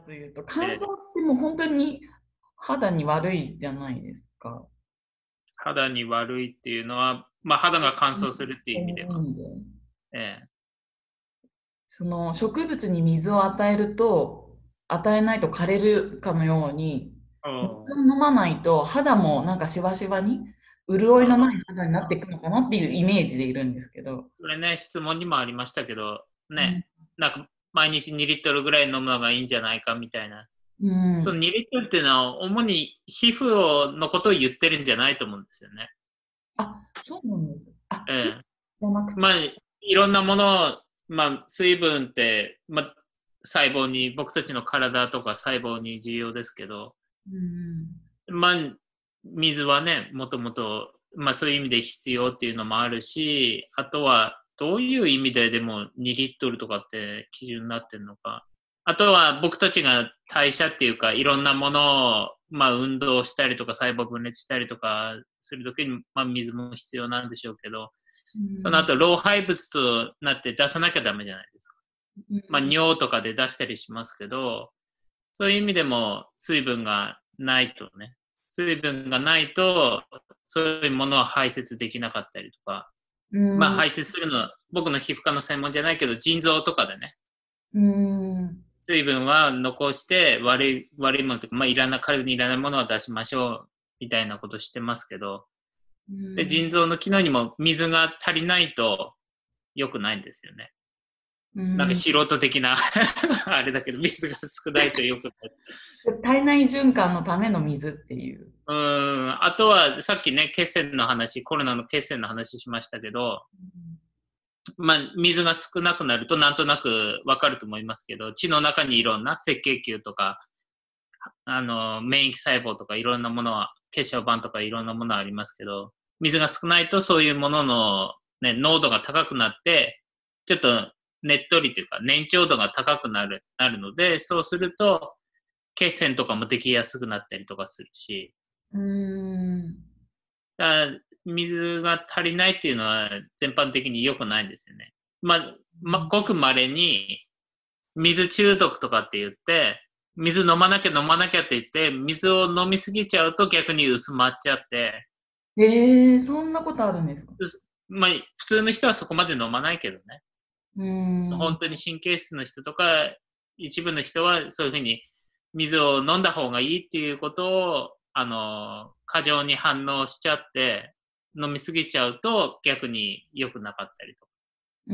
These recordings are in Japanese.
というと、乾燥ってもう本当に肌に悪いじゃないですか。 肌に悪いっていうのは、まあ、肌が乾燥するっていう意味では。 そういう意味で、 ええ、 その植物に水を与えると、与えないと枯れるかのように、水おを飲まないと肌もなんかしわしわに、潤いのないあ肌になっていくのかなっていうイメージでいるんですけど。 それね、質問にもありましたけど、 うん。 ね、なんか毎日2リットルぐらい飲むのがいいんじゃないかみたいな。 うそのん。 2リットルっていうのは、主に皮膚のことを言ってるんじゃないと思うんですよね。 あ、そうなんです。あ、皮膚ええ。 じゃなくて。 まあ、いろんなものを、まあ、水分って、まあ、細胞に、僕たちの体とか細胞に重要ですけど、 うん。 まあ、水はね、もともと、まあそういう意味で必要っていうのもあるし、あとはどういう意味ででも2リットルとかって基準になってるのか。あとは僕たちが代謝っていうか、いろんなものを、まあ運動したりとか細胞分裂したりとかするときに、まあ水も必要なんでしょうけど、 うん。 その後老廃物となって出さなきゃダメじゃないですか。まあうん。 尿とかで出したりしますけど、そういう意味でも水分がないとね、水分がないと、そういうものは排泄できなかったりとか、 うまあん。 排泄するのは僕の皮膚科の専門じゃないけど、腎臓とかでね、 うん。 水分は残して悪いものとか、まあ体にいらないものは出しましょうみたいなことしてますけど、で、 うん。 腎臓の機能にも水が足りないと良くないんですよね。なんかうん。 素人的なあれだけど、水が少ないと良くない。 体内循環のための水っていう。 あとはさっきね、血栓の話、コロナの血栓の話しましたけど、まあ、水が少なくなるとなんとなくわかると思いますけど、血の中にいろんな赤血球とか、免疫細胞とかいろんなものは、血小板とかいろんなものはありますけど、水が少ないとそういうものの、ね、濃度が高くなって、ちょっとねっとりというか粘稠度が高くなるので、そうすると血栓とかもできやすくなったりとかするし、 うん。 水が足りないっていうのは全般的に良くないんですよね。ごく稀に水中毒とかって言って、水飲まなきゃ飲まなきゃって言って、水を飲みすぎちゃうと逆に薄まっちゃって、 そんなことあるんですか？ まあ、普通の人はそこまで飲まないけどね。 うん。 本当に神経質の人とか、一部の人はそういうふうに水を飲んだ方がいいっていうことを、過剰に反応しちゃって、飲みすぎちゃうと逆に良くなかったりとうん。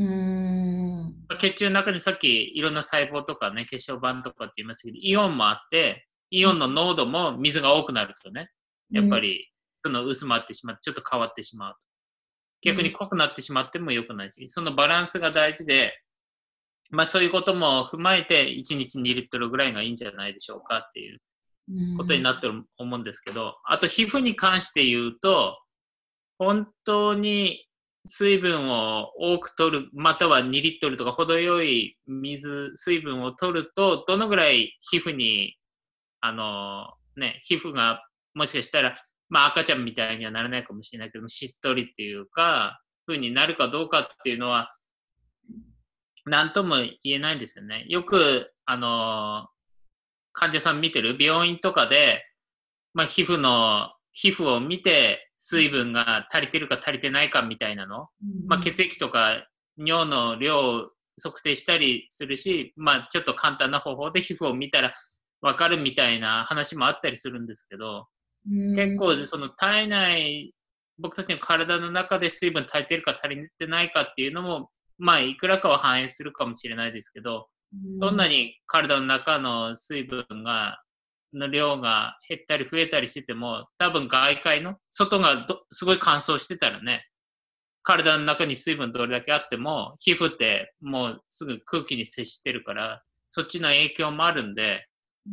か。血中の中にさっきいろんな細胞とかね、血小板とかって言いましたけど、イオンもあって、イオンの濃度も水が多くなるとね、やっぱうん。 りその薄まってしまって、ちょっと変わってしまう。 うん。 逆に濃くなってしまっても良くないし、そのバランスが大事で、まあそういうことも踏まえて1日2リットルぐらいがいいんじゃないでしょうかっていううことにん。 なってると思うんですけど、あと皮膚に関して言うと、本当に水分を多く取る、または2リットルとか程よい水分を取ると、どのぐらい皮膚に、皮膚がもしかしたら、まあ赤ちゃんみたいにはならないかもしれないけども、しっとりっていうか、風になるかどうかっていうのは、何とも言えないんですよね。よく、患者さん見てる病院とかで、まあ、皮膚を見て水分が足りてるか足りてないかみたいなの。まあ、血液とか尿の量を測定したりするし、まあ、ちょっと簡単な方法で皮膚を見たらわかるみたいな話もあったりするんですけど、 うん。 結構その体内、僕たちの体の中で水分足りてるか足りてないかっていうのも、まあ、いくらかは反映するかもしれないですけど、どんなに体の中の水分の量が減ったり増えたりしてても、多分外界の外がすごい乾燥してたらね、体の中に水分どれだけあっても、皮膚ってもうすぐ空気に接してるから、そっちの影響もあるんで、 うん。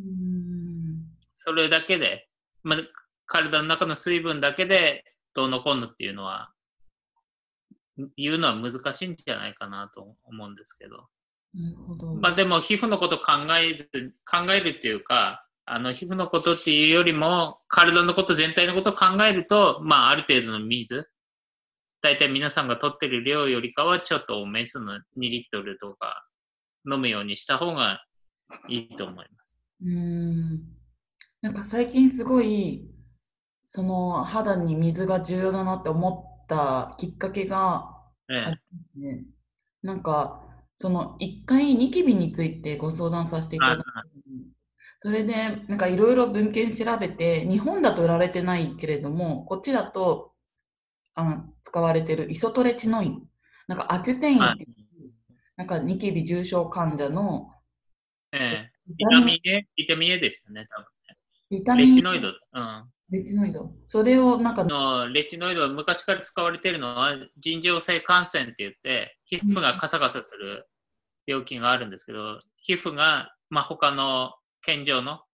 それだけで、まあ、体の中の水分だけでどうのこうのっていうのは、言うのは難しいんじゃないかなと思うんですけど。 なるほど。 まあでも皮膚のこと考えるっていうか、皮膚のことっていうよりも、体のこと、全体のことを考えると、まあある程度の水、大体皆さんが取ってる量よりかはちょっと多め、その2リットルとか飲むようにした方がいいと思います。 うーん。なんか最近すごい、その肌に水が重要だなって思ったきっかけがありええ。 ますね。なんか、その一回ニキビについてご相談させていただいあ、 た時に、それでなんかいろいろ文献調べて、日本だと売られてないけれども、こっちだと使われてるイソトレチノイン、なんかアキュテインあ、 っていう、なんかニキビ重症患者のええ。 ビタミン、 ビタミン A ですよね、多分。 ビタミンレチノイド。うん。 レチノイド。それをなんか、 レチノイドは昔から使われているのは尋常性感染って言って、皮膚がカサカサする病気があるんですけど、皮膚が、まあ、他の健常の、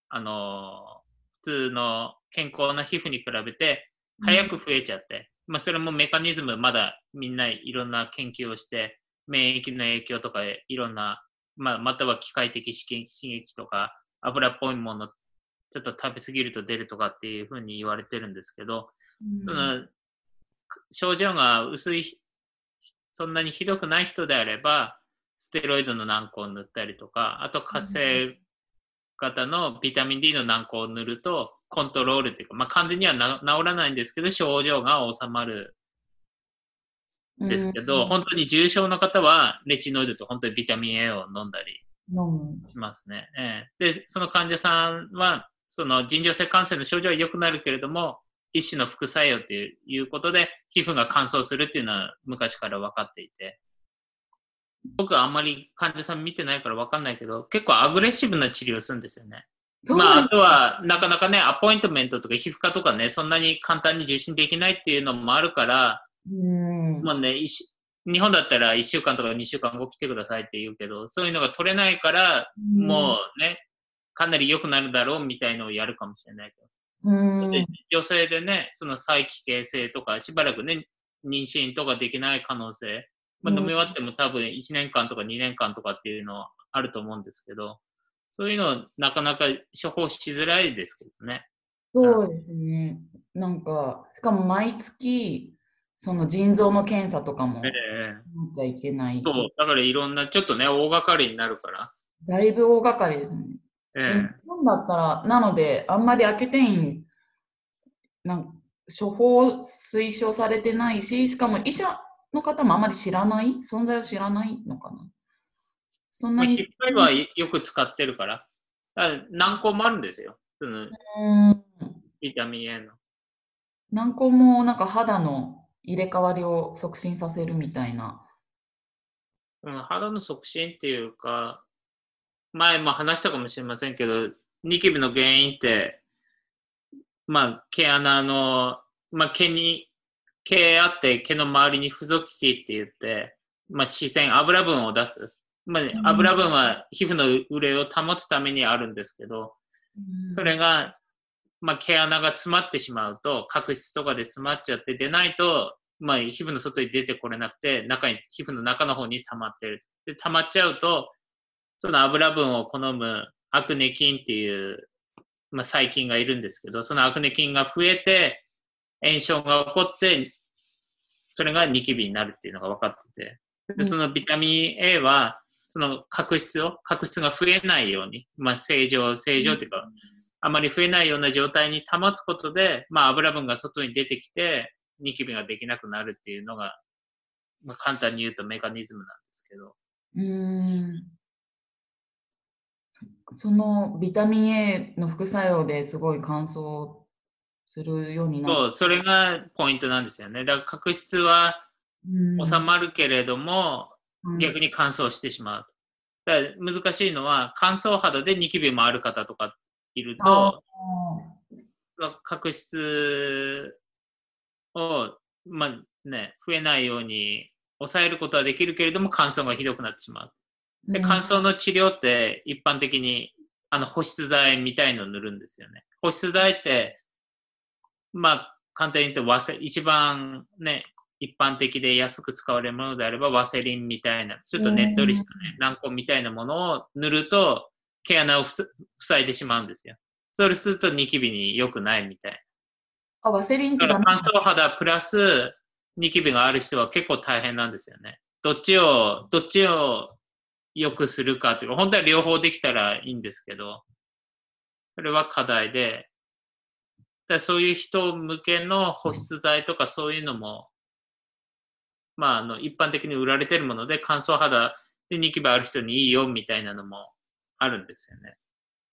普通の健康な皮膚に比べて早く増えちゃって、まあ、それもメカニズムまだみんないろんな研究をして、免疫の影響とかいろんな、まあ、または機械的刺激とか油っぽいものちょっと食べ過ぎると出るとかっていうふうに言われてるんですけど、その症状が薄い、そんなにひどくない人であれば、ステロイドの軟膏を塗ったりとか、あと活性型のビタミン D の軟膏を塗ると、コントロールっていうか、まあ、完全には治らないんですけど、症状が収まるんですけど、本当に重症の方は、レチノイドと本当にビタミン A を飲んだり飲む。 しますね。で、その患者さんは、その尋常性感染の症状は良くなるけれども、一種の副作用ということで、皮膚が乾燥するっていうのは昔から分かっていて、僕はあんまり患者さん見てないから分かんないけど、結構アグレッシブな治療をするんですよね。まあ、あそうです。 とは、なかなかね、アポイントメントとか皮膚科とかね、そんなに簡単に受診できないっていうのもあるから、 うん。 もうね、日本だったら1週間とか2週間後来てくださいって言うけど、そういうのが取れないから、 うん。 もうね、かなり良くなるだろうみたいのをやるかもしれないけど。 うん。 女性でね、その再帰形成とか、しばらくね、妊娠とかできない可能性、まあ、飲み終わっても多分1年間とか2年間とかっていうのはあると思うんですけど、そういうのなかなか処方しづらいですけどね。うん、 そうですね。なんか、しかも毎月、その腎臓の検査とかえもえ、 しなきゃいけない。 そう、だからいろんな、ちょっとね、大掛かりになるから。 だいぶ大掛かりですね。で、日ええ、 本だったら、なので、あんまりアキュテイン、処方推奨されてないし、しかも医者の方もあんまり知らない、存在を知らないのかな。そんなまあ、 に、 皮膚科医はよく使ってるから、だから軟膏もあるんですよ。そのうん、 ビタミン A の。 軟膏もなんか肌の入れ替わりを促進させるみたいな。 うん、肌の促進っていうか、前も話したかもしれませんけど、ニキビの原因って、まあ、毛穴の、まあ、毛あって毛の周りに付属器って言って、まあ、油分を出す。まあ、 うん、 油分は皮膚の潤いを保つためにあるんですけど、 うん、 それが、まあ、毛穴が詰まってしまうと、角質とかで詰まっちゃって出ないと、まあ、皮膚の外に出てこれなくて、皮膚の中の方に溜まってる。で、溜まっちゃうと、その油分を好むアクネ菌っていう、まあ、細菌がいるんですけど、そのアクネ菌が増えて、炎症が起こって、それがニキビになるっていうのが分かってて、でそのビタミン A は、その角質が増えないように、まあ、正常っていうか、あまり増えないような状態に保つことで、まあ、油分が外に出てきて、ニキビができなくなるっていうのが、まあ、簡単に言うとメカニズムなんですけど。 うん。そのビタミン A の副作用ですごい乾燥するようになっそう、それがポイントなんですよね。だから角質はうん、 収まるけれども、 乾燥。 逆に乾燥してしまう。だから難しいのは、乾燥肌でニキビもある方とかいるあと、角質を、まあね、増えないように抑えることはできるけれども、乾燥がひどくなってしまう。で、 うん、 乾燥の治療って一般的に保湿剤みたいのを塗るんですよね。保湿剤って、まあ、簡単に言うと一番ね、一般的で安く使われるものであれば、ワセリンみたいな、ちょっとねっとりしたね、軟膏みたいなものを塗ると、毛穴を塞いでしまうんですよ。そうするとニキビに良くないみたい。 あ、ワセリンってダメ。 だから乾燥肌プラスニキビがある人は結構大変なんですよね。どっちを良くするかっていうか、本当は両方できたらいいんですけど、 それは課題で、そういう人向けの保湿剤とかそういうのも、一般的に売られてるもので、乾燥肌でニキビある人にいいよみたいなのもあるんですよね。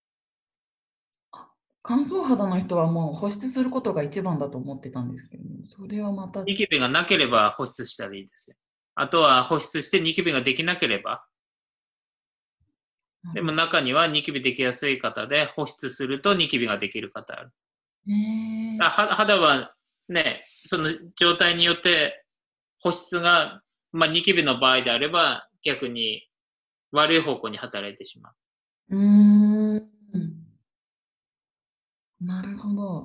乾燥肌の人はもう保湿することが一番だと思ってたんですけど、それはまた。 ニキビがなければ保湿したらいいですよ。あとは保湿してニキビができなければ。でも中にはニキビできやすい方で保湿するとニキビができる方ある。肌はね、その状態によって保湿が、ニキビの場合であれば逆に悪い方向に働いてしまう。 なるほど。